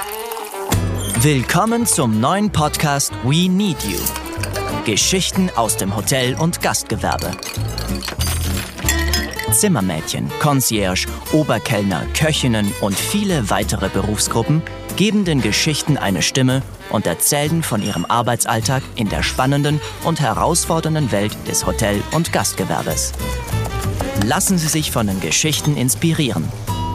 Willkommen zum neuen Podcast We Need You. Geschichten aus dem Hotel- und Gastgewerbe. Zimmermädchen, Concierge, Oberkellner, Köchinnen und viele weitere Berufsgruppen geben den Geschichten eine Stimme und erzählen von ihrem Arbeitsalltag in der spannenden und herausfordernden Welt des Hotel- und Gastgewerbes. Lassen Sie sich von den Geschichten inspirieren.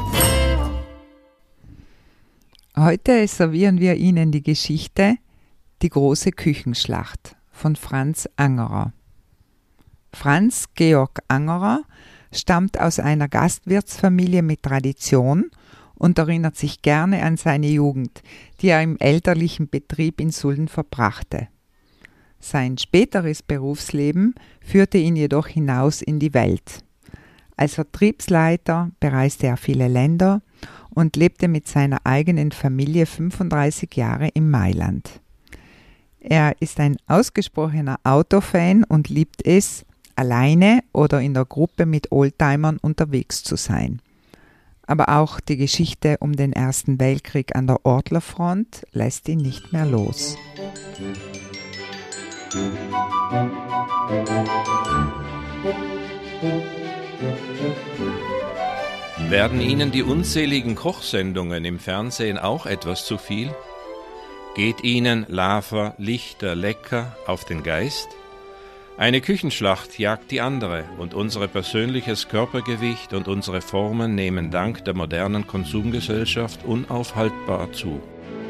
Heute servieren wir Ihnen die Geschichte Die große Küchenschlacht von Franz Angerer. Franz Georg Angerer stammt aus einer Gastwirtsfamilie mit Tradition und erinnert sich gerne an seine Jugend, die er im elterlichen Betrieb in Sulden verbrachte. Sein späteres Berufsleben führte ihn jedoch hinaus in die Welt. Als Vertriebsleiter bereiste er viele Länder und lebte mit seiner eigenen Familie 35 Jahre in Mailand. Er ist ein ausgesprochener Autofan und liebt es, alleine oder in der Gruppe mit Oldtimern unterwegs zu sein. Aber auch die Geschichte um den Ersten Weltkrieg an der Ortlerfront lässt ihn nicht mehr los. Werden Ihnen die unzähligen Kochsendungen im Fernsehen auch etwas zu viel? Geht Ihnen Lafer, Lichter, Lecker auf den Geist? Eine Küchenschlacht jagt die andere und unser persönliches Körpergewicht und unsere Formen nehmen dank der modernen Konsumgesellschaft unaufhaltbar zu.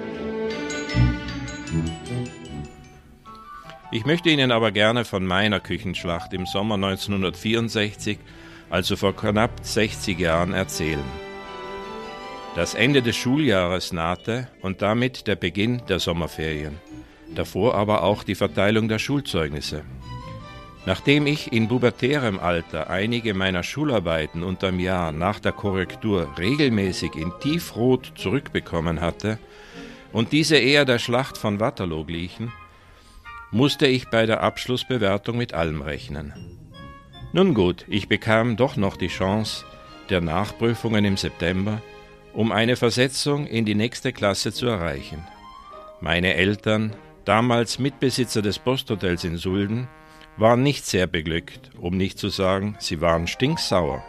Ich möchte Ihnen aber gerne von meiner Küchenschlacht im Sommer 1964, also vor knapp 60 Jahren, erzählen. Das Ende des Schuljahres nahte und damit der Beginn der Sommerferien. Davor aber auch die Verteilung der Schulzeugnisse. Nachdem ich in pubertärem Alter einige meiner Schularbeiten unterm Jahr nach der Korrektur regelmäßig in Tiefrot zurückbekommen hatte und diese eher der Schlacht von Waterloo glichen, musste ich bei der Abschlussbewertung mit allem rechnen. Nun gut, ich bekam doch noch die Chance der Nachprüfungen im September, um eine Versetzung in die nächste Klasse zu erreichen. Meine Eltern, damals Mitbesitzer des Posthotels in Sulden, waren nicht sehr beglückt, um nicht zu sagen, sie waren stinksauer.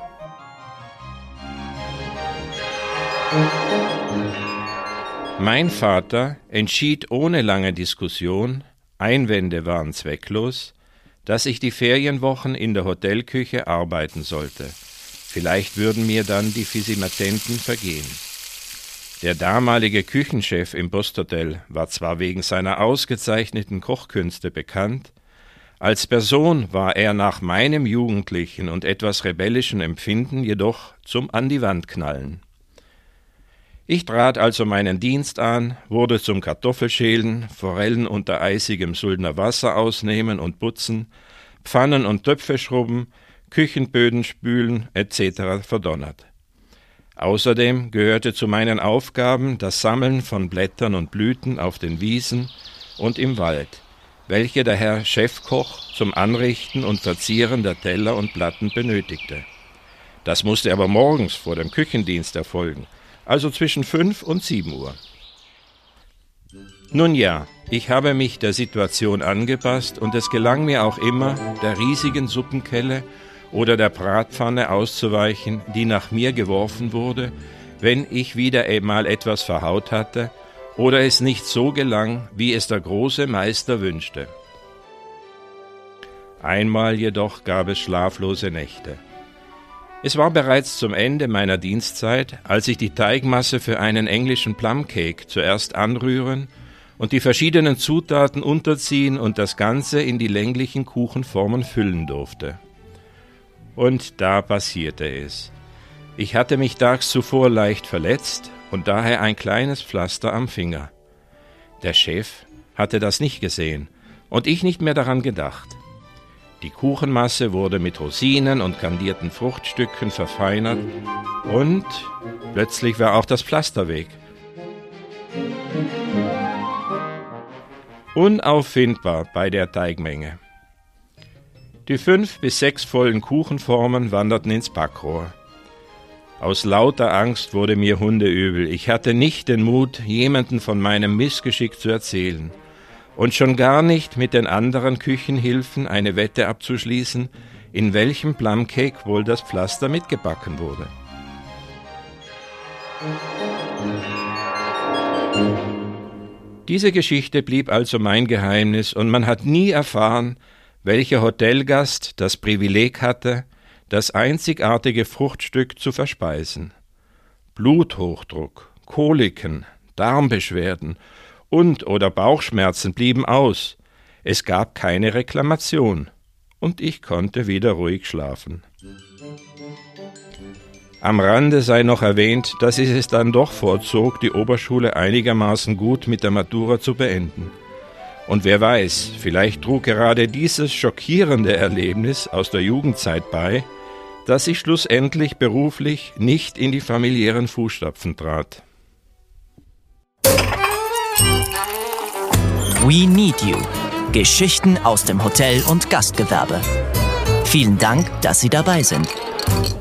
Mein Vater entschied ohne lange Diskussion, Einwände waren zwecklos, dass ich die Ferienwochen in der Hotelküche arbeiten sollte. Vielleicht würden mir dann die Fisimatenten vergehen. Der damalige Küchenchef im Posthotel war zwar wegen seiner ausgezeichneten Kochkünste bekannt, als Person war er nach meinem jugendlichen und etwas rebellischen Empfinden jedoch zum an die Wand knallen. Ich trat also meinen Dienst an, wurde zum Kartoffelschälen, Forellen unter eisigem Suldener Wasser ausnehmen und putzen, Pfannen und Töpfe schrubben, Küchenböden spülen etc. verdonnert. Außerdem gehörte zu meinen Aufgaben das Sammeln von Blättern und Blüten auf den Wiesen und im Wald, welche der Herr Chefkoch zum Anrichten und Verzieren der Teller und Platten benötigte. Das musste aber morgens vor dem Küchendienst erfolgen, also zwischen 5 und 7 Uhr. Nun ja, ich habe mich der Situation angepasst und es gelang mir auch immer, der riesigen Suppenkelle oder der Bratpfanne auszuweichen, die nach mir geworfen wurde, wenn ich wieder mal etwas verhaut hatte oder es nicht so gelang, wie es der große Meister wünschte. Einmal jedoch gab es schlaflose Nächte. Es war bereits zum Ende meiner Dienstzeit, als ich die Teigmasse für einen englischen Plumcake zuerst anrühren und die verschiedenen Zutaten unterziehen und das Ganze in die länglichen Kuchenformen füllen durfte. Und da passierte es. Ich hatte mich tags zuvor leicht verletzt und daher ein kleines Pflaster am Finger. Der Chef hatte das nicht gesehen und ich nicht mehr daran gedacht. Die Kuchenmasse wurde mit Rosinen und kandierten Fruchtstücken verfeinert und plötzlich war auch das Pflaster weg. Unauffindbar bei der Teigmenge. Die 5 bis 6 vollen Kuchenformen wanderten ins Backrohr. Aus lauter Angst wurde mir hundeübel. Ich hatte nicht den Mut, jemanden von meinem Missgeschick zu erzählen. Und schon gar nicht mit den anderen Küchenhilfen eine Wette abzuschließen, in welchem Plumcake wohl das Pflaster mitgebacken wurde. Diese Geschichte blieb also mein Geheimnis und man hat nie erfahren, welcher Hotelgast das Privileg hatte, das einzigartige Fruchtstück zu verspeisen. Bluthochdruck, Koliken, Darmbeschwerden und/oder Bauchschmerzen blieben aus. Es gab keine Reklamation und ich konnte wieder ruhig schlafen. Am Rande sei noch erwähnt, dass ich es dann doch vorzog, die Oberschule einigermaßen gut mit der Matura zu beenden. Und wer weiß, vielleicht trug gerade dieses schockierende Erlebnis aus der Jugendzeit bei, dass ich schlussendlich beruflich nicht in die familiären Fußstapfen trat. We Need You. Geschichten aus dem Hotel- und Gastgewerbe. Vielen Dank, dass Sie dabei sind.